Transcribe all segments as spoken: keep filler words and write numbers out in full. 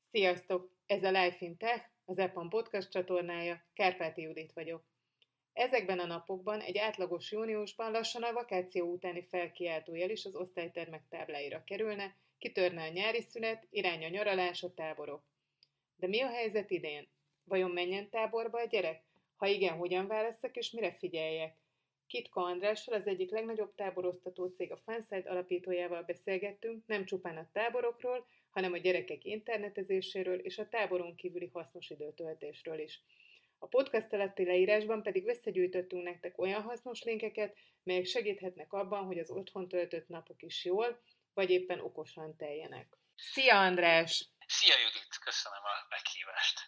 Sziasztok! Ez a Life in Tech, az EPAM podcast csatornája, Kárpáti Judit vagyok. Ezekben a napokban, egy átlagos júniusban lassan a vakáció utáni felkiáltójel is az osztálytermek tábláira kerülne, kitörne a nyári szünet, irány a nyaralás, a táborok. De mi a helyzet idén? Vajon menjen táborba a gyerek? Ha igen, hogyan válasszak és mire figyeljek? Kitka Andrással, az egyik legnagyobb táboroztató cég a Funside alapítójával beszélgettünk, nem csupán a táborokról, hanem a gyerekek internetezéséről és a táboron kívüli hasznos időtöltésről is. A podcast alatti leírásban pedig összegyűjtöttünk nektek olyan hasznos linkeket, melyek segíthetnek abban, hogy az otthon töltött napok is jól, vagy éppen okosan teljenek. Szia András! Szia Judit, köszönöm a meghívást!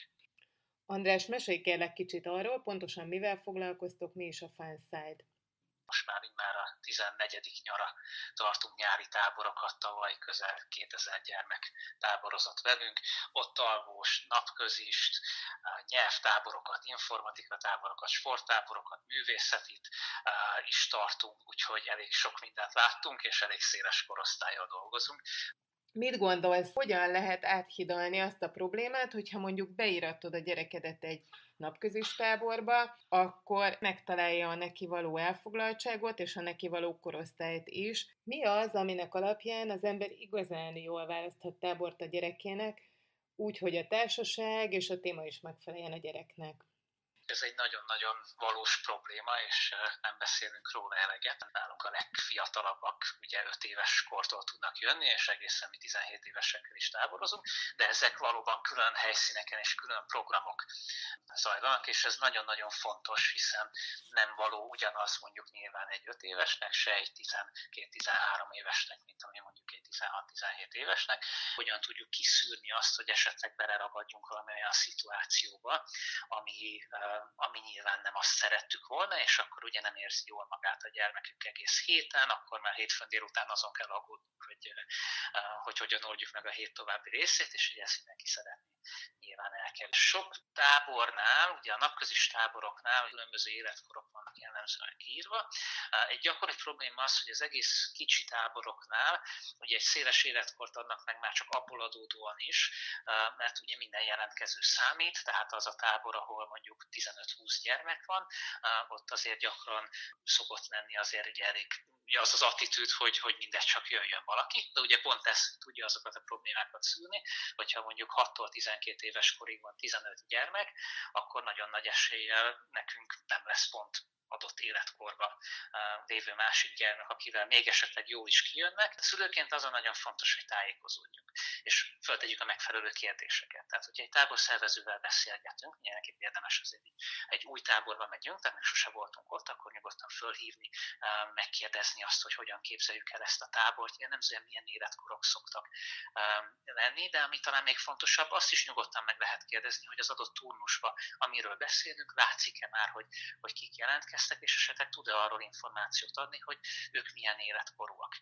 András, mesélj kérlek kicsit arról, pontosan mivel foglalkoztok, mi is a Funside. Most már már a tizennegyedik nyara tartunk nyári táborokat, tavaly közel kétezer gyermek táborozott velünk. Ott alvós, napközist, nyelvtáborokat, informatika táborokat, sporttáborokat, művészetit is tartunk, úgyhogy elég sok mindent láttunk, és elég széles korosztállyal dolgozunk. Mit gondolsz, hogyan lehet áthidalni azt a problémát, hogyha mondjuk beíratod a gyerekedet egy napközis táborba, akkor megtalálja a neki való elfoglaltságot és a neki való korosztályt is. Mi az, aminek alapján az ember igazán jól választhat tábort a gyerekének, úgy, hogy a társaság és a téma is megfeleljen a gyereknek? Ez egy nagyon-nagyon valós probléma, és nem beszélünk róla eleget. Nálunk a legfiatalabbak ugye öt éves kortól tudnak jönni, és egészen mi tizenhét évesekkel is táborozunk, de ezek valóban külön helyszíneken és külön programok zajlanak, és ez nagyon-nagyon fontos, hiszen nem való ugyanaz mondjuk nyilván egy öt évesnek, se egy tizenkét-tizenhárom évesnek, mint ami mondjuk egy tizenhat-tizenhét évesnek. Hogyan tudjuk kiszűrni azt, hogy esetleg beleragadjunk valami olyan szituációba, ami ami nyilván nem azt szerettük volna, és akkor ugye nem érzi jól magát a gyermekünk egész héten, akkor már hétfőn délután azon kell aggódnunk, hogy, hogy hogyan oldjuk meg a hét további részét, és ugye ezt mindenki szeretné nyilván elkerülni. Sok tábornál, ugye a napközis táboroknál különböző életkorok vannak jellemzően kiírva. Egy gyakori probléma az, hogy az egész kicsi táboroknál ugye egy széles életkort adnak meg már csak abból adódóan is, mert ugye minden jelentkező számít, tehát az a tábor, ahol mondjuk tizenöt-húsz gyermek van, ott azért gyakran szokott lenni azért ugye elég ugye az az attitűd, hogy, hogy mindegy, csak jöjjön valaki, de ugye pont ez tudja azokat a problémákat szülni, hogyha mondjuk hattól tizenkét éves korig van tizenöt gyermek, akkor nagyon nagy eséllyel nekünk nem lesz pont adott életkorba lévő másik gyermek, akivel még esetleg jól is kijönnek. A szülőként azon nagyon fontos, hogy tájékozódjunk, és föltegyük a megfelelő kérdéseket. Tehát, hogyha egy táborszervezővel beszélgetünk, mindenképp érdemes azért egy, egy új táborba megyünk, tehát még sose voltunk ott, akkor nyugodtan fölhívni, megkérdezni azt, hogy hogyan képzeljük el ezt a tábort, jellemzően milyen életkorok szoktak lenni, de ami talán még fontosabb, azt is nyugodtan meg lehet kérdezni, hogy az adott turnusba, amiről beszélünk, látszik-e már, hogy, hogy kik jelentkeznek, és esetleg tud-e arról információt adni, hogy ők milyen életkorúak.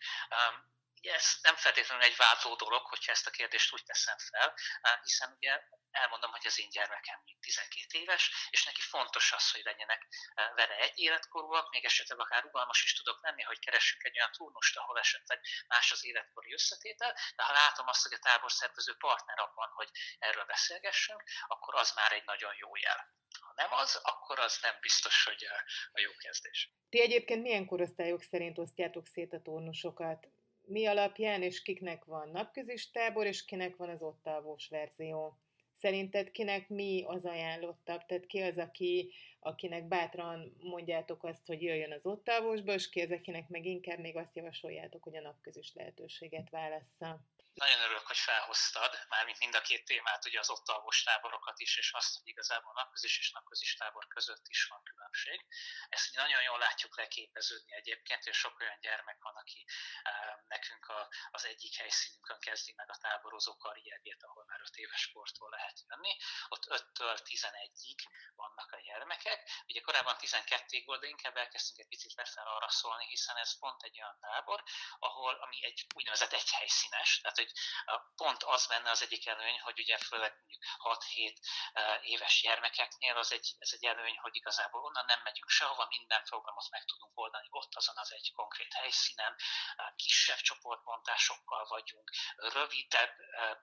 Ez nem feltétlenül egy váltó dolog, hogyha ezt a kérdést úgy teszem fel, hiszen ugye elmondom, hogy az én gyermekem tizenkét éves, és neki fontos az, hogy legyenek vele egy életkorúak, még esetleg akár rugalmas is tudok lenni, hogy keressünk egy olyan turnust, ahol esetleg más az életkori összetétel, de ha látom azt, hogy a táborszervező partner abban, hogy erről beszélgessünk, akkor az már egy nagyon jó jel. Ha nem az, akkor az nem biztos, hogy a jó kezdés. Ti egyébként milyen korosztályok szerint osztjátok szét a turnusokat? Mi alapján és kiknek van napközis tábor, és kinek van az ott alvós verzió? Szerinted kinek mi az ajánlottabb? Tehát ki az, aki, akinek bátran mondjátok azt, hogy jöjjön az ott alvósba, és ki az, akinek meg inkább még azt javasoljátok, hogy a napközis lehetőséget válassza? Nagyon örülök, hogy felhoztad, mármint mind a két témát, ugye az ott alvós táborokat is, és azt, hogy igazából napközis és napközis tábor között is van különbség. Ezt mi nagyon jól látjuk leképeződni egyébként, és sok olyan gyermek van, aki e, nekünk a, az egyik helyszínünkön kezdi meg a táborozó karrierjét, ahol már öt éves kortól lehet jönni. Ott öttől tizenegyig vannak a gyermekek. Ugye korábban tizenkettőig volt, de inkább elkezdtünk egy picit lefelé arra szólni, hiszen ez pont egy olyan tábor, ahol ami egy úgynevezett egy helyszínes, tehát hogy pont az benne az egyik előny, hogy ugye főleg mondjuk hat-hét éves gyermekeknél az egy, ez egy előny, hogy igazából onnan nem megyünk sehova, minden programot meg tudunk oldani ott azon az egy konkrét helyszínen, kisebb csoportbontásokkal vagyunk, rövidebb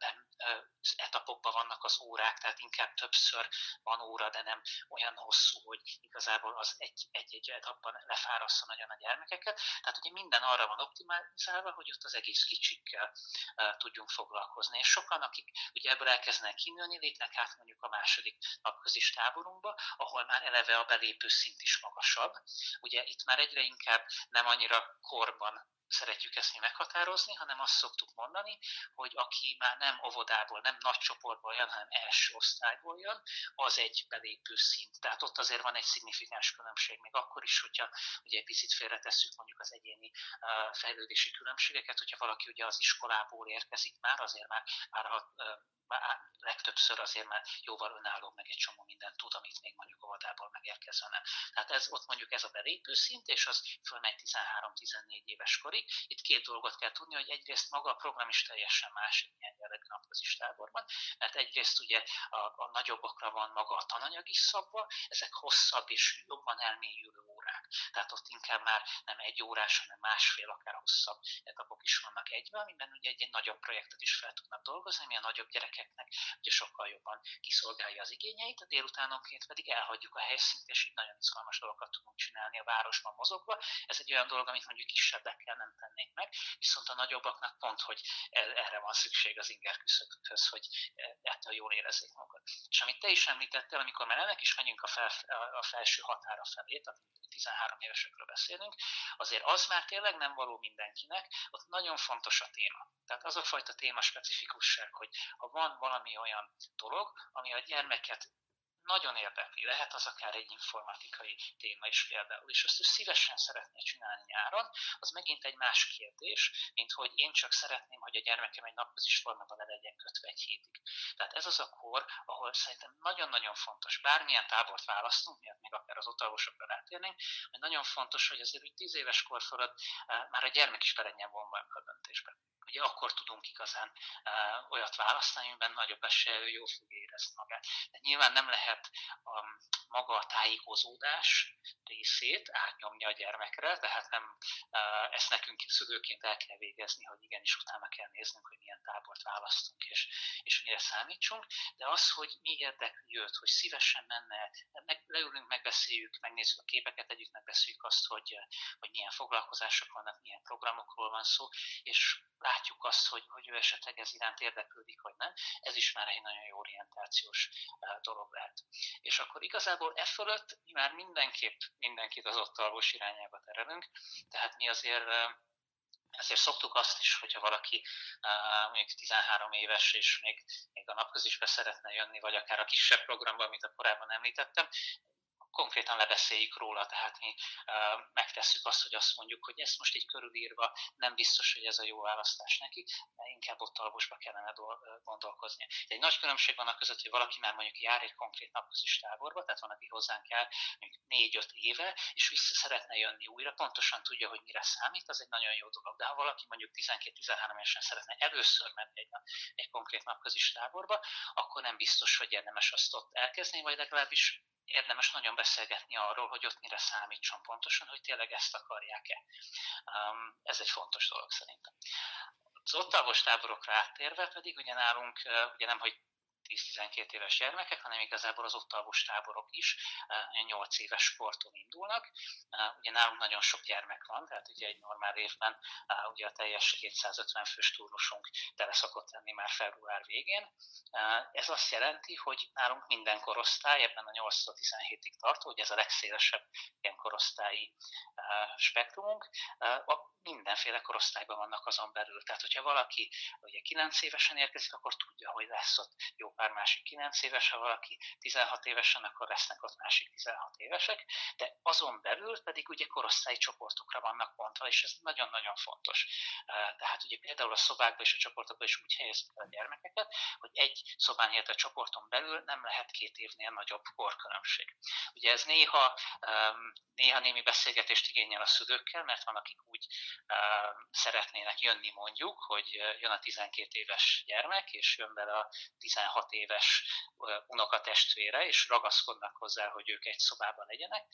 etapokban vannak az órák, tehát inkább többször van óra, de nem olyan hosszú, hogy igazából az egy-egy etapban lefárasztja nagyon a gyermekeket. Tehát ugye minden arra van optimalizálva, hogy ott az egész kicsikkel uh, tudjunk foglalkozni. És sokan, akik ugye ebből elkezdenek kinőni, lépnek át mondjuk a második napközis táborunkba, ahol már eleve a belépő szint is magasabb. Ugye itt már egyre inkább nem annyira korban szeretjük ezt mi meghatározni, hanem azt szoktuk mondani, hogy aki már nem óvodából, nem nagy csoportból jön, hanem első osztályból jön, az egy belépő szint. Tehát ott azért van egy szignifikáns különbség, még akkor is, hogyha ugye egy picit félretesszük mondjuk az egyéni uh, fejlődési különbségeket, hogyha valaki ugye az iskolából érkezik már, azért már, már a uh, legtöbbször azért már jóval önálló, meg egy csomó mindent tud, amit még mondjuk óvodából megérkezve nem. Tehát ez, ott mondjuk ez a belépő szint, és az fölmegy tizenhárom-tizennégy éves korig. Itt két dolgot kell tudni, hogy egyrészt maga a program is teljesen más egy ilyen jellegű napközis táborban, mert egyrészt ugye a, a nagyobbakra van maga a tananyag is szabva, ezek hosszabb és jobban elmélyülő órák. Tehát ott inkább már nem egy órás, hanem másfél, akár hosszabb etapok is vannak egyben, amiben ugye egy, egy nagyobb projektet is fel tudnak dolgozni, ami a nagyobb gyerekeknek ugye sokkal jobban kiszolgálja az igényeit, a délutánonként pedig elhagyjuk a helyszínt, és így nagyon izgalmas dolgokat tudunk csinálni a városban mozogva. Ez egy olyan dolog, amit mondjuk kisebbekkel nem tennénk meg, viszont a nagyobbaknak pont, hogy erre van szükség az inger küszöbükhöz, hogy ettől jól érezzék magukat. És amit te is említettél, amikor már ennek is megyünk a, fel, a felső határa felé, tehát tizenhárom évesekről beszélünk, azért az már tényleg nem való mindenkinek, ott nagyon fontos a téma. Tehát az a fajta téma specifikusság, hogy ha van valami olyan dolog, ami a gyermeket nagyon érdekli, lehet az akár egy informatikai téma is például, és azt ő szívesen szeretné csinálni nyáron, az megint egy más kérdés, mint hogy én csak szeretném, hogy a gyermekem egy napközis formában le legyen kötve egy hétig. Tehát ez az a kor, ahol szerintem nagyon-nagyon fontos, bármilyen tábort választunk, miatt még akár az ott alvósokra rátérnénk, hogy nagyon fontos, hogy azért úgy tíz éves kor fölött már a gyermek is belegyen vonva a döntésbe. Ugye akkor tudunk igazán uh, olyat választani, amiben nagyobb eséllyel jól fog érezni magát. De nyilván nem lehet um, maga a tájékozódás részét átnyomni a gyermekre, tehát nem uh, ezt nekünk szülőként el kell végezni, hogy igenis utána kell néznünk, hogy milyen tábort választunk és, és mire számítsunk, de az, hogy mi érdekli őt, hogy szívesen menne, meg, leülünk, megbeszéljük, megnézzük a képeket, együtt megbeszéljük azt, hogy, hogy milyen foglalkozások vannak, milyen programokról van szó, és látjuk azt, hogy, hogy ő esetleg ez iránt érdeklődik, vagy nem, ez is már egy nagyon jó orientációs dolog lehet. És akkor igazából e fölött mi már mindenképp mindenkit az ott alvós irányába terelünk, tehát mi azért Ezért szoktuk azt is, hogyha valaki uh, mondjuk tizenhárom éves, és még, még a napközisbe szeretne jönni, vagy akár a kisebb programban, amit a korábban említettem, konkrétan lebeszéljük róla, tehát mi uh, megtesszük azt, hogy azt mondjuk, hogy ezt most így körülírva nem biztos, hogy ez a jó választás neki, de inkább ott alvosba kellene do- gondolkozni. Egy nagy különbség van a között, hogy valaki már mondjuk jár egy konkrét napközis táborba, tehát van, aki hozzánk jár mondjuk négy-öt éve, és vissza szeretne jönni újra, pontosan tudja, hogy mire számít, az egy nagyon jó dolog. De ha valaki mondjuk tizenkét-tizenhárom évesen szeretne először menni egy, egy konkrét napközis táborba, akkor nem biztos, hogy érdemes azt ott elkezdeni, vagy legalábbis érdemes nagyon beszélgetni arról, hogy ott mire számítson pontosan, hogy tényleg ezt akarják-e. Um, ez egy fontos dolog szerintem. Az ott alvos táborokra áttérve pedig ugye nálunk ugye nem, hogy tíz-tizenkét éves gyermekek, hanem igazából az ott alvos táborok is nyolc éves kortól indulnak. Ugye nálunk nagyon sok gyermek van, tehát ugye egy normál évben ugye a teljes kétszázötven fős turnusunk tele szokott lenni már február végén. Ez azt jelenti, hogy nálunk minden korosztály, ebben a nyolctól tizenhétig tartó, ugye ez a legszélesebb ilyen korosztályi spektrumunk, mindenféle korosztályban vannak azon belül. Tehát, hogyha valaki ugye kilenc évesen érkezik, akkor tudja, hogy lesz ott jó jó pár másik kilenc éves, ha valaki tizenhat évesen, akkor lesznek ott másik tizenhat évesek, de azon belül pedig ugye korosztályi csoportokra vannak bontva, és ez nagyon-nagyon fontos. Tehát ugye például a szobákban és a csoportokban is úgy helyezik el a gyermekeket, hogy egy szobán, illetve a csoporton belül nem lehet két évnél nagyobb korkülönbség. Ugye ez néha, néha némi beszélgetést igényel a szülőkkel, mert van, akik úgy szeretnének jönni mondjuk, hogy jön a tizenkét éves gyermek, és jön bele a tizenhat éves unokatestvére, és ragaszkodnak hozzá, hogy ők egy szobában legyenek.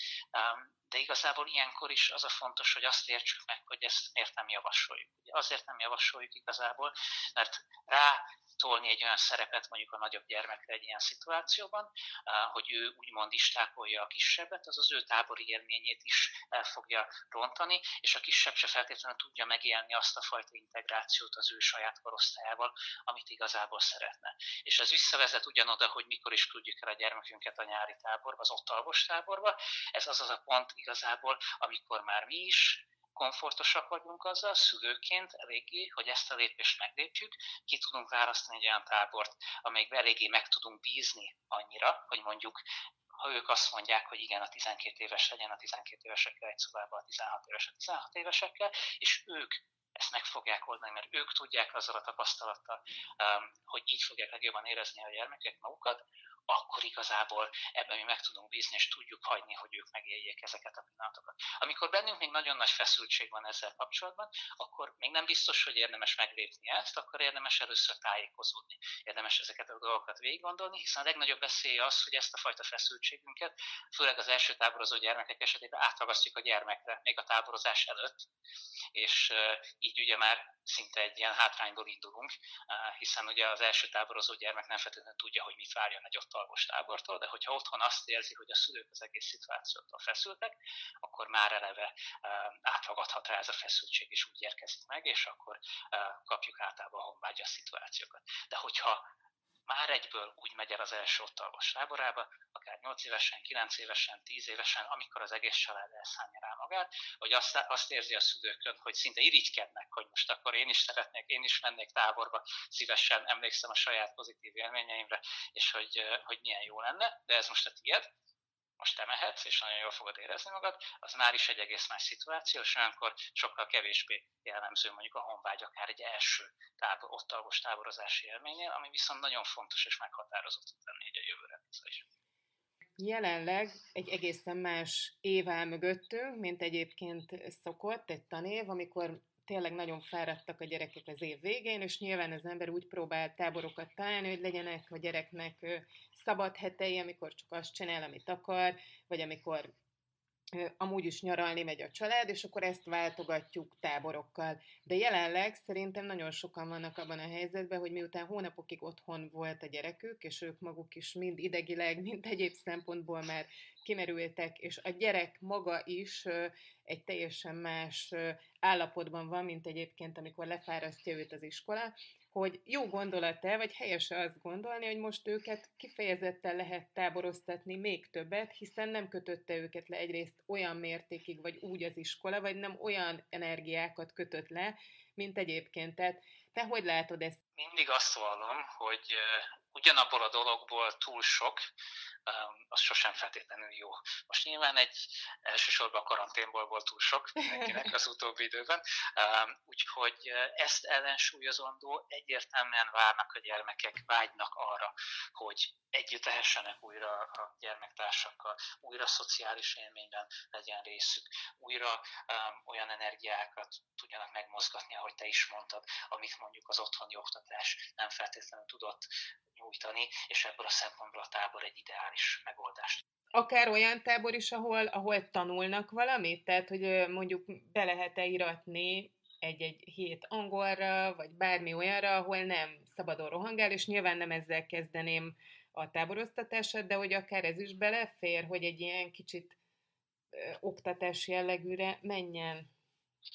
De igazából ilyenkor is az a fontos, hogy azt értsük meg, hogy ezt miért nem javasoljuk. Ugye azért nem javasoljuk igazából, mert rá tolni egy olyan szerepet mondjuk a nagyobb gyermekre egy ilyen szituációban, hogy ő úgymond istákolja a kisebbet, az az ő tábori élményét is el fogja rontani, és a kisebb se feltétlenül tudja megélni azt a fajta integrációt az ő saját korosztályával, amit igazából szeretne. És ez visszavezet ugyanoda, hogy mikor is küldjük el a gyermekünket a nyári táborba, az ott alvos táborba. Ez az az a pont igazából, amikor már mi is komfortosak vagyunk azzal, szülőként eléggé, hogy ezt a lépést meglépjük, ki tudunk választani egy olyan tábort, amelyikben eléggé meg tudunk bízni annyira, hogy mondjuk, ha ők azt mondják, hogy igen, a tizenkét éves legyen a tizenkét évesekkel egy szobában, a tizenhat éves a tizenhat évesekkel, és ők ezt meg fogják oldani, mert ők tudják azzal a tapasztalattal, hogy így fogják legjobban érezni a gyermekek magukat, akkor igazából ebben mi meg tudunk bízni, és tudjuk hagyni, hogy ők megéljék ezeket a pillanatokat. Amikor bennünk még nagyon nagy feszültség van ezzel kapcsolatban, akkor még nem biztos, hogy érdemes meglépni ezt, akkor érdemes először tájékozódni. Érdemes ezeket a dolgokat végiggondolni, hiszen a legnagyobb veszélye az, hogy ezt a fajta feszültségünket, főleg az első táborozó gyermekek esetében átragasztjuk a gyermekre, még a táborozás előtt, és így ugye már szinte egy ilyen hátrányból indulunk, hiszen ugye az első táborozó gyermek nem feltétlenül tudja, hogy mit várjon egy ott alvos tábortól, de hogyha otthon azt érzi, hogy a szülők az egész szituációtól feszültek, akkor már eleve átragadhat rá ez a feszültség, és úgy érkezik meg, és akkor kapjuk általában a honvágyas szituációkat. De hogyha már egyből úgy megy el az első ott alvos táborába, akár nyolc évesen, kilenc évesen, tíz évesen, amikor az egész család elszánja rá magát, hogy azt, azt érzi a szülőkön, hogy szinte irigykednek, hogy most akkor én is szeretnék, én is mennék táborba, szívesen emlékszem a saját pozitív élményeimre, és hogy, hogy milyen jó lenne, de ez most a tiéd, most te mehetsz, és nagyon jól fogod érezni magad, az már is egy egész más szituáció, és olyankor sokkal kevésbé jellemző mondjuk a honvágy, akár egy első tábor, ott alvos táborozási élménynél, ami viszont nagyon fontos és meghatározott tud lenni egy a jövőre is. Jelenleg egy egészen más év áll mögöttünk, mint egyébként szokott, egy tanév, amikor tényleg nagyon fáradtak a gyerekek az év végén, és nyilván az ember úgy próbál táborokat találni, hogy legyenek a gyereknek szabad hetei, amikor csak azt csinál, amit akar, vagy amikor amúgy is nyaralni megy a család, és akkor ezt váltogatjuk táborokkal. De jelenleg szerintem nagyon sokan vannak abban a helyzetben, hogy miután hónapokig otthon volt a gyerekük, és ők maguk is mind idegileg, mind egyéb szempontból már kimerültek, és a gyerek maga is egy teljesen más állapotban van, mint egyébként, amikor lefárasztja őt az iskola, hogy jó gondolat-e, vagy helyes azt gondolni, hogy most őket kifejezetten lehet táboroztatni még többet, hiszen nem kötötte őket le egyrészt olyan mértékig, vagy úgy az iskola, vagy nem olyan energiákat kötött le, mint egyébként. Tehát te hogy látod ezt? Mindig azt vallom, hogy ugyanabból a dologból túl sok, az sosem feltétlenül jó. Most nyilván egy elsősorban a karanténból volt túl sok mindenkinek az utóbbi időben, úgyhogy ezt ellensúlyozandó egyértelműen várnak a gyermekek, vágynak arra, hogy együtt tehessenek újra a gyermektársakkal, újra szociális élményben legyen részük, újra um, olyan energiákat tudjanak megmozgatni, ahogy te is mondtad, amit mondjuk az otthoni oktatás nem feltétlenül tudott nyújtani, és ebből a szempontból a tábor egy ideális megoldást. Akár olyan tábor is, ahol, ahol tanulnak valamit? Tehát, hogy mondjuk be lehet-e iratni egy-egy hét angolra, vagy bármi olyanra, ahol nem szabadon rohangál, és nyilván nem ezzel kezdeném a táboroztatását, de hogy akár ez is belefér, hogy egy ilyen kicsit ö, oktatás jellegűre menjen.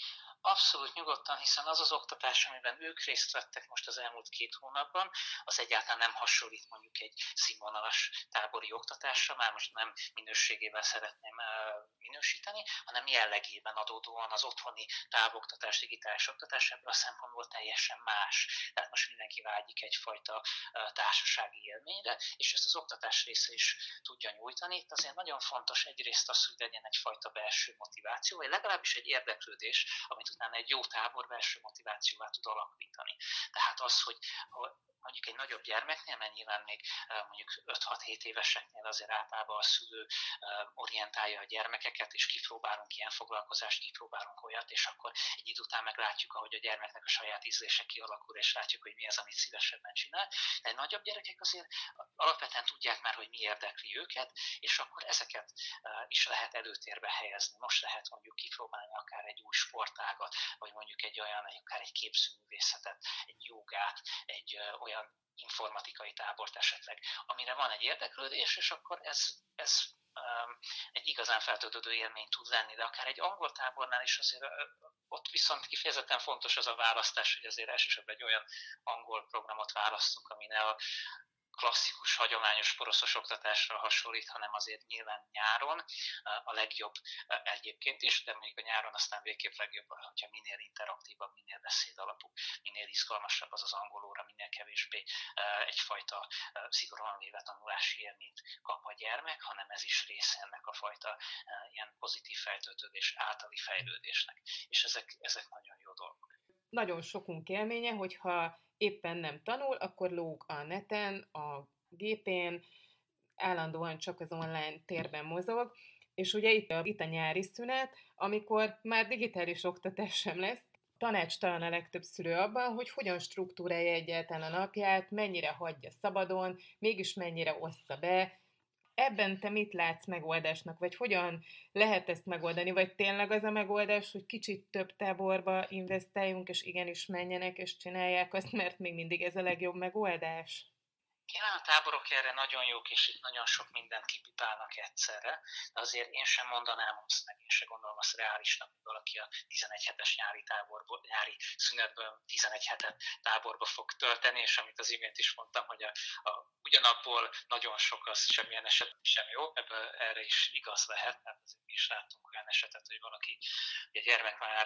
Abszolút nyugodtan, hiszen az az oktatás, amiben ők részt vettek most az elmúlt két hónapban, az egyáltalán nem hasonlít mondjuk egy színvonalas tábori oktatásra, már most nem minőségében szeretném minősíteni, hanem jellegében adódóan az otthoni távoktatás, digitális oktatás ebből a szempontból teljesen más. Tehát most mindenki vágyik egyfajta társasági élményre, és ezt az oktatás része is tudja nyújtani. Itt azért nagyon fontos egyrészt az, hogy legyen egyfajta belső motiváció, vagy legalábbis egy érdeklődés, amit utána egy jó tábor belső motivációvá tud alakítani. Tehát az, hogy mondjuk egy nagyobb gyermeknél, mert nyilván még mondjuk öt-hat-hét éveseknél azért általában a szülő orientálja a gyermekeket, és kipróbálunk ilyen foglalkozást, kipróbálunk olyat, és akkor egy idő után meglátjuk, ahogy a gyermeknek a saját ízlése kialakul, és látjuk, hogy mi az, amit szívesebben csinál. De egy nagyobb gyerekek azért alapvetően tudják már, hogy mi érdekli őket, és akkor ezeket is lehet előtérbe helyezni. Most lehet mondjuk kipróbálni akár egy új sportágat, vagy mondjuk egy olyan, akár egy képzőművészetet, egy jogát, egy olyan informatikai tábort esetleg, amire van egy érdeklődés, és akkor ez, ez um, egy igazán feltöltődő élmény tud lenni, de akár egy angol tábornál is azért ott viszont kifejezetten fontos az a választás, hogy azért elsősorban egy olyan angol programot választunk, ami ne a klasszikus, hagyományos poroszos oktatásra hasonlít, hanem azért nyilván nyáron a legjobb egyébként is, de mondjuk a nyáron aztán végképp legjobb, hogyha minél interaktívabb, minél beszédalapú, minél izgalmasabb az az angol óra, minél kevésbé egyfajta szigorúan véve tanulási élményt kap a gyermek, hanem ez is része ennek a fajta ilyen pozitív fejlődés, általi fejlődésnek. És ezek, ezek nagyon jó dolgok. Nagyon sokunk élménye, hogyha éppen nem tanul, akkor lóg a neten, a gépén, állandóan csak az online térben mozog, és ugye itt a, itt a nyári szünet, amikor már digitális oktatás sem lesz, tanácstalan a legtöbb szülő abban, hogy hogyan struktúrálja egyáltalán a napját, mennyire hagyja szabadon, mégis mennyire ossza be. Ebben te mit látsz megoldásnak, vagy hogyan lehet ezt megoldani, vagy tényleg az a megoldás, hogy kicsit több táborba investáljunk, és igenis menjenek, és csinálják azt, mert még mindig ez a legjobb megoldás? Nyilván a táborok erre nagyon jók, és itt nagyon sok mindent kipipálnak egyszerre, de azért én sem mondanám azt, meg én sem gondolom azt reálisnak, hogy valaki a tizenegy hetes nyári, táborból, nyári szünetből tizenegy hetet táborba fog tölteni, és amit az imént is mondtam, hogy a, a, ugyanabból nagyon sok az semmilyen eset sem jó, ebből erre is igaz lehet, mert azért mi is láttunk olyan esetet, hogy valaki, egy gyermek már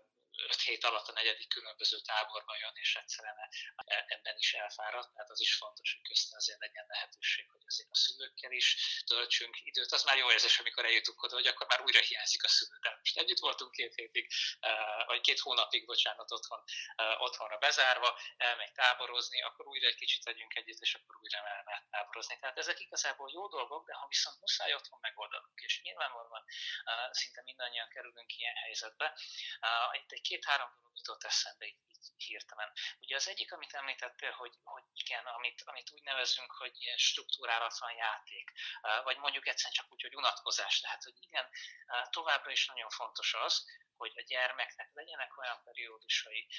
öt hét alatt a negyedik különböző táborban jön, és egyszerűen ebben is elfáradt, tehát az is fontos, hogy közte azért legyen lehetőség, hogy azért a szülőkkel is töltsünk időt. Az már jó érzés, amikor eljutunk oda, hogy akkor már újra hiányzik a szülő. Tehát most együtt voltunk két hétig, vagy két hónapig, bocsánat, otthon, otthonra bezárva, elmegy táborozni, akkor újra egy kicsit legyünk együtt, és akkor újra elmegy táborozni. Tehát ezek igazából jó dolgok, de ha viszont muszáj otthon megoldanunk, és nyilvánvalóan szinte mindannyian kerülünk ilyen helyzetbe, itt egy két-három dolog jutott eszembe így, így hirtelen. Ugye az egyik, amit említettél, hogy, hogy igen, amit, amit úgy nevezünk, hogy ilyen struktúrálatlan játék, vagy mondjuk egyszerűen csak úgy, hogy unatkozás. Tehát, hogy igen, továbbra is nagyon fontos az, hogy a gyermeknek legyenek olyan periódusai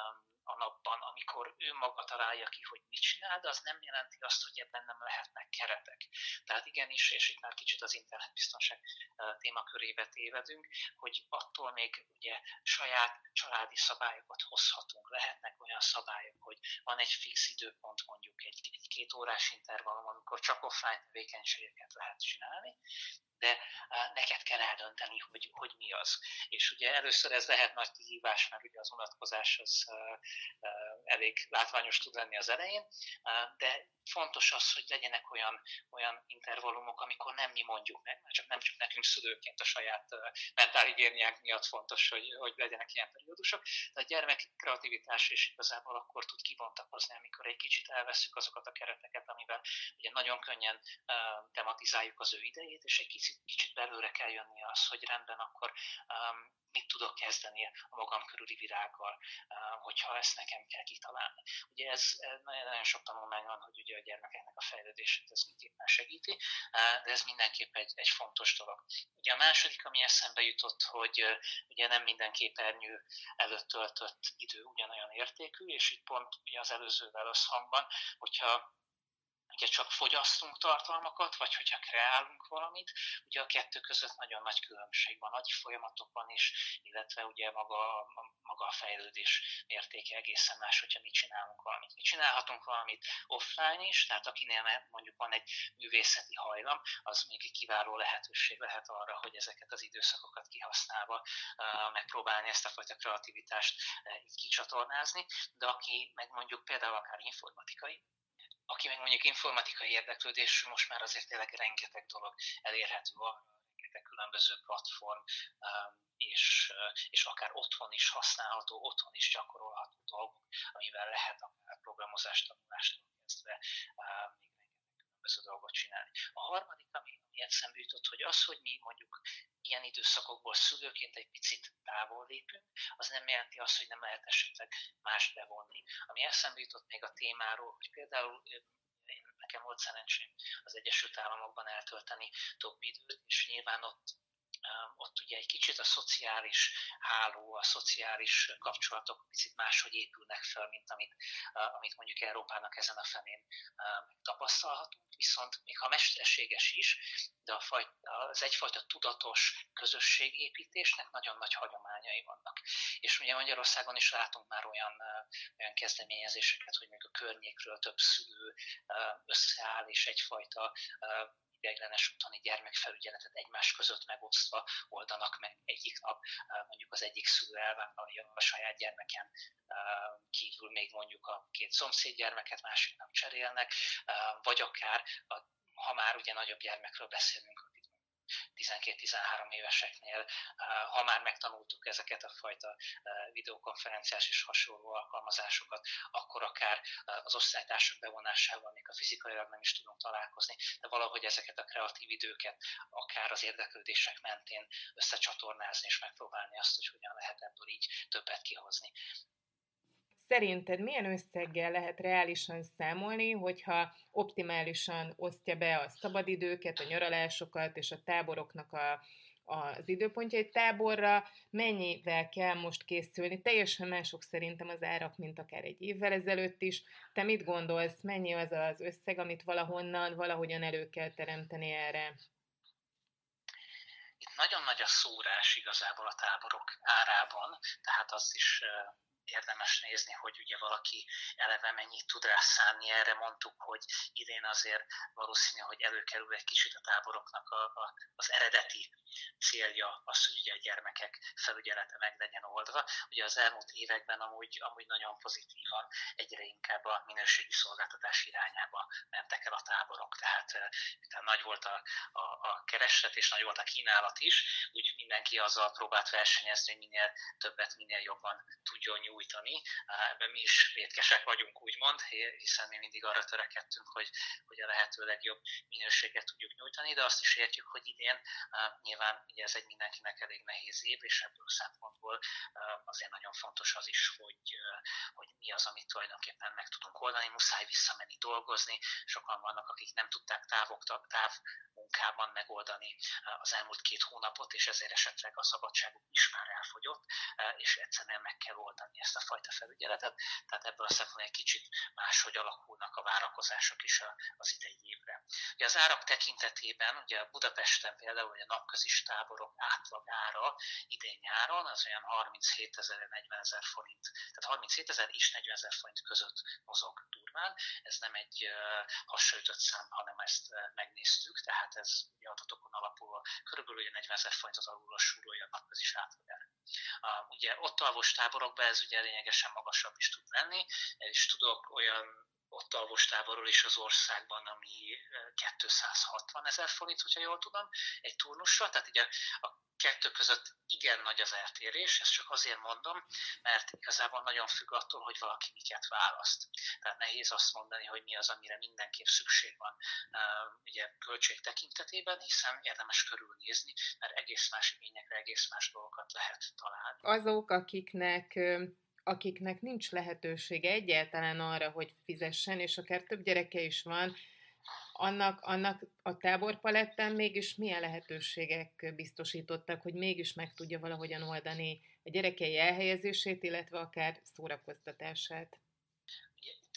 a napban, amikor ő maga találja ki, hogy mit csinál, de az nem jelenti azt, hogy ebben nem lehetnek keretek. Tehát igenis, és itt már kicsit az internetbiztonság témakörébe tévedünk, hogy attól még ugye saját családi szabályokat hozhatunk. Lehetnek olyan szabályok, hogy van egy fix időpont, mondjuk egy, egy két órás intervallum, amikor csak offline tevékenységeket lehet csinálni, de neked kell eldönteni, hogy, hogy mi az. És ugye először ez lehet nagy kihívás, mert ugye az unatkozás az elég látványos tud lenni az elején, de fontos az, hogy legyenek olyan, olyan intervallumok, amikor nem mi mondjuk meg, mert csak nem csak nekünk szülőként a saját mentálhigiéniánk miatt fontos, hogy, hogy legyenek ilyen periódusok, de a gyermek kreativitás is igazából akkor tud kibontakozni, amikor egy kicsit elveszük azokat a kereteket, amivel ugye nagyon könnyen tematizáljuk az ő idejét, és egy kicsit, kicsit belőle kell jönni az, hogy rendben akkor um, mit tudok kezdeni a magam körüli virággal, uh, hogyha ezt nekem kell kitalálni. Ugye ez nagyon sok tanulmány van, hogy ugye a gyermekeknek a fejlődését ez mindenképpen segíti, uh, de ez mindenképp egy, egy fontos dolog. Ugye a második, ami eszembe jutott, hogy uh, ugye nem minden képernyő előtt töltött idő ugyanolyan értékű, és itt pont ugye az előzővel összhangban, hogyha ugye csak fogyasztunk tartalmakat, vagy hogyha kreálunk valamit, ugye a kettő között nagyon nagy különbség van, agyi folyamatokban is, illetve ugye maga, maga a fejlődés mértéke egészen más, hogyha mi csinálunk valamit. Mi csinálhatunk valamit offline is, tehát akinél mondjuk van egy művészeti hajlam, az még egy kiváló lehetőség lehet arra, hogy ezeket az időszakokat kihasználva megpróbálni ezt a fajta kreativitást így kicsatornázni, de aki meg mondjuk például akár informatikai, aki meg mondjuk informatikai érdeklődésű, most már azért tényleg rengeteg dolog elérhető arra, rengeteg különböző platform, és, és akár otthon is használható, otthon is gyakorolható dolgok, amivel lehet akár programozást, tanulástól kezdve még rengeteg különböző dolgot csinálni. A harmadik, ami, ami eszembe jutott, hogy az, hogy mi mondjuk ilyen időszakokból szülőként egy picit távol lépünk, az nem jelenti azt, hogy nem lehet esetleg mást bevonni. Ami eszembe jutott még a témáról, hogy például én, nekem volt szerencsém az Egyesült Államokban eltölteni több időt, és nyilván ott ott ugye egy kicsit a szociális háló, a szociális kapcsolatok picit máshogy épülnek fel, mint amit, amit mondjuk Európának ezen a felén tapasztalhatunk, viszont még ha mesterséges is, de a faj, az egyfajta tudatos közösségépítésnek nagyon nagy hagyományai vannak. És ugye Magyarországon is látunk már olyan, olyan kezdeményezéseket, hogy még a környékről több szülő összeáll, és egyfajta ideiglenes otthoni gyermekfelügyeletet egymás között megosztva oldanak meg egyik nap, mondjuk az egyik szülő elvállalja a saját gyermeken kívül még mondjuk a két szomszéd gyermeket, másik nap cserélnek, vagy akár, ha már ugye nagyobb gyermekről beszélünk, tizenkét-tizenhárom éveseknél, ha már megtanultuk ezeket a fajta videokonferenciás és hasonló alkalmazásokat, akkor akár az osztálytársak bevonásával, még a fizikailag nem is tudunk találkozni, de valahogy ezeket a kreatív időket akár az érdeklődések mentén összecsatornázni és megpróbálni azt, hogy hogyan lehet ebből így többet kihozni. Szerinted milyen összeggel lehet reálisan számolni, hogyha optimálisan osztja be a szabadidőket, a nyaralásokat és a táboroknak a, az időpontjait? Táborra mennyivel kell most készülni? Teljesen mások szerintem az árak, mint akár egy évvel ezelőtt is. Te mit gondolsz, mennyi az az összeg, amit valahonnan, valahogyan elő kell teremteni erre? Itt nagyon nagy a szórás igazából a táborok árában, tehát azt is érdemes nézni, hogy ugye valaki eleve mennyit tud rá szánni. Erre mondtuk, hogy idén azért valószínű, hogy előkerül egy kicsit a táboroknak a, a, az eredeti célja az, hogy ugye a gyermekek felügyelete meg legyen oldva. Ugye az elmúlt években amúgy, amúgy nagyon pozitívan egyre inkább a minőségi szolgáltatás irányába mentek el a táborok. Tehát miután nagy volt a, a, a kereslet és nagy volt a kínálat is, úgy mindenki azzal próbált versenyezni, hogy minél többet, minél jobban tudjon nyújtani. Ebben mi is vétkesek vagyunk, úgymond, hiszen mi mindig arra törekedtünk, hogy, hogy a lehető legjobb minőséget tudjuk nyújtani, de azt is értjük, hogy idén nyilván ugye ez egy mindenkinek elég nehéz év, és ebből a szempontból azért nagyon fontos az is, hogy, hogy mi az, amit tulajdonképpen meg tudunk oldani, muszáj visszamenni dolgozni, sokan vannak, akik nem tudták távok, táv munkában megoldani az elmúlt két hónapot, és ezért esetleg a szabadságuk is már elfogyott, és egyszerűen meg kell oldani ezt a fajta felügyeletet, tehát ebből a szempontból egy kicsit máshogy alakulnak a várakozások is az idei évre. Ugye az árak tekintetében, ugye Budapesten például a napközis táborok átlagára idén nyáron az olyan harminchétezer negyvenezer forint, tehát harminchétezer és negyvenezer forint között mozog durván. Ez nem egy hasonlított szám, hanem ezt megnéztük, tehát ez ugye adatokon alapulva körülbelül negyvenezer forintot alulra súrolja a napközis átlagára. Uh, ugye ott alvos táborokban ez ugye lényegesen magasabb is tud lenni, és tudok olyan ott alvos táborról is az országban, ami kétszázhatvan ezer forint, hogyha jól tudom, egy turnusra, tehát ugye a kettő között igen nagy az eltérés, ezt csak azért mondom, mert igazából nagyon függ attól, hogy valaki miket választ. Tehát nehéz azt mondani, hogy mi az, amire mindenképp szükség van ugye költség tekintetében, hiszen érdemes körülnézni, mert egész más igényekre, egész más dolgokat lehet találni. Azok, akiknek akiknek nincs lehetősége egyáltalán arra, hogy fizessen, és akár több gyereke is van, annak, annak a táborpalettán mégis milyen lehetőségek biztosítottak, hogy mégis meg tudja valahogyan oldani a gyerekei elhelyezését, illetve akár szórakoztatását?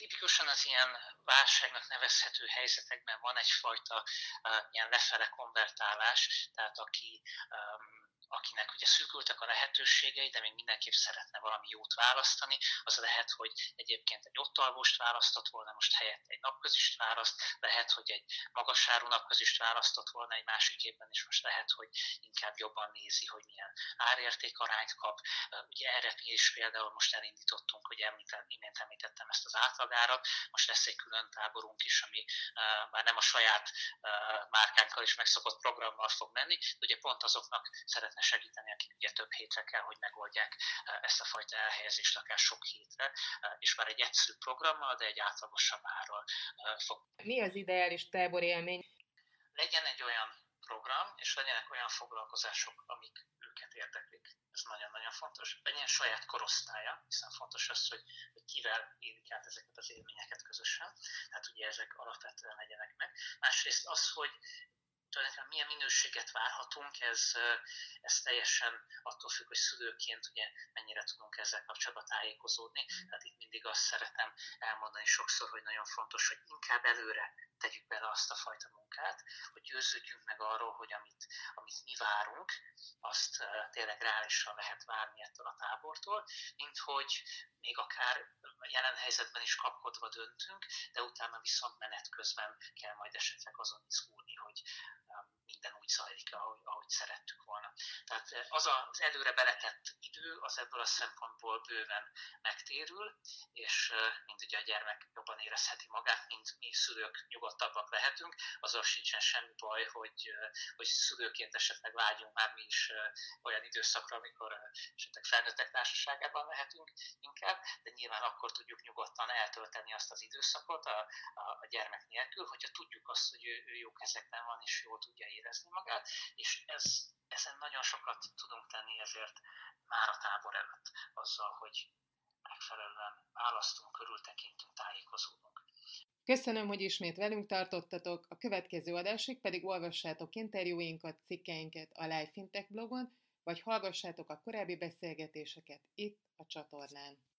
Tipikusan az ilyen válságnak nevezhető helyzetekben van egyfajta uh, ilyen lefele konvertálás, tehát aki um, akinek ugye szűkültek a lehetőségei, de még mindenképp szeretne valami jót választani, az lehet, hogy egyébként egy ottalvost választott volna, most helyett egy napközist választ, lehet, hogy egy magasáru napközist választott volna egy másik évben, és most lehet, hogy inkább jobban nézi, hogy milyen árértékarányt kap. Ugye erre mi is például most elindítottunk, hogy imént említettem ezt az átlagárat, most lesz egy külön táborunk is, ami uh, már nem a saját uh, márkánkkal is megszokott programmal fog menni, de ugye pont azoknak szeretne segíteni, akik ugye több hétre kell, hogy megoldják ezt a fajta elhelyezést, akár sok hétre, és már egy egyszerű programmal, de egy átlagosabb árral fog. Mi az ideális tábor élmény? Legyen egy olyan program, és legyenek olyan foglalkozások, amik őket érdeklik. Ez nagyon-nagyon fontos. Legyen saját korosztálya, hiszen fontos az, hogy, hogy kivel élik át ezeket az élményeket közösen. Tehát ugye ezek alapvetően legyenek meg. Másrészt az, hogy tulajdonképpen milyen minőséget várhatunk, ez, ez teljesen attól függ, hogy szülőként ugye mennyire tudunk ezzel kapcsolatban tájékozódni. Tehát itt mindig azt szeretem elmondani sokszor, hogy nagyon fontos, hogy inkább előre tegyük bele azt a fajta munkát, hogy győződjünk meg arról, hogy amit, amit mi várunk, azt tényleg reálisan lehet várni ettől a tábortól, mint hogy még akár jelen helyzetben is kapkodva döntünk, de utána viszont menet közben kell majd esetleg azon izgulni, hogy minden úgy zajlik, ahogy, ahogy szerettük volna. Tehát az az előre beletett idő, az ebből a szempontból bőven megtérül, és mind ugye a gyermek jobban érezheti magát, mint mi szülők nyugodtabbak lehetünk, azzal sincsen semmi baj, hogy, hogy szülőként esetleg vágyunk már mi is olyan időszakra, amikor esetleg felnőttek társaságában lehetünk inkább, de nyilván akkor tudjuk nyugodtan eltölteni azt az időszakot a, a, a gyermek nélkül, hogyha tudjuk azt, hogy ő, ő jó kezekben van, és jól tudja érezni magát, és ez, ezen nagyon sokat tudunk tenni ezért már a tábor előtt, azzal, hogy megfelelően választunk, körültekintünk, tájékozódunk. Köszönöm, hogy ismét velünk tartottatok, a következő adásig pedig olvassátok interjúinkat, cikkeinket a Life Fintech blogon, vagy hallgassátok a korábbi beszélgetéseket itt a csatornán.